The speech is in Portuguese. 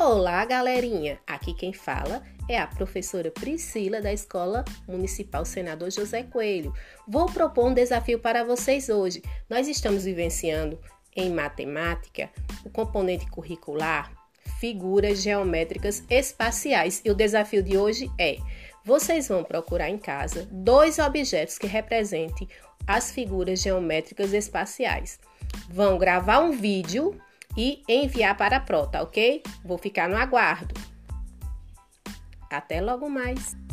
Olá, galerinha! Aqui quem fala é a professora Priscila da Escola Municipal Senador José Coelho. Vou propor um desafio para vocês hoje. Nós estamos vivenciando em matemática o componente curricular figuras geométricas espaciais e o desafio de hoje é: vocês vão procurar em casa 2 objetos que representem as figuras geométricas espaciais. Vão gravar um vídeo e enviar para a pró, tá ok? Vou ficar no aguardo. Até logo mais!